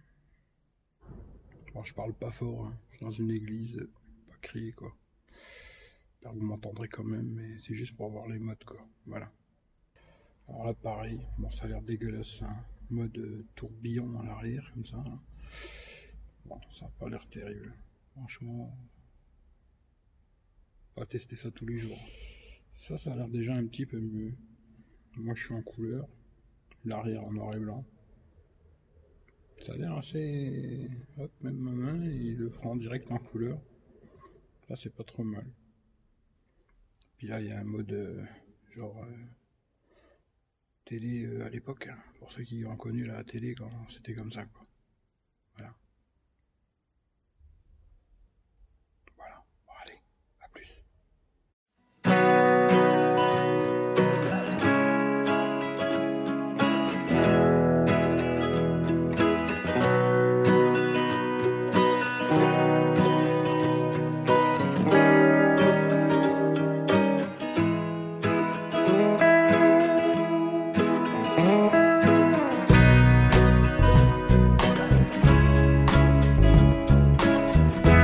Bon, je parle pas fort, hein. Je suis dans une église, pas crier quoi. J'espère que vous m'entendrez quand même, mais c'est juste pour voir les modes quoi. Voilà. Alors là pareil, bon ça a l'air dégueulasse, hein. Mode euh, tourbillon à l'arrière, comme ça. Hein. Bon, ça n'a pas l'air terrible. Franchement, on va tester ça tous les jours. Ça, ça a l'air déjà un petit peu mieux. Moi je suis en couleur, l'arrière en noir et blanc. Ça a l'air assez... Hop, même ma main, il le prend direct en couleur. Là, c'est pas trop mal. Puis là, il y a un mode euh, genre euh, télé euh, à l'époque, hein, pour ceux qui ont connu la télé quand c'était comme ça, quoi.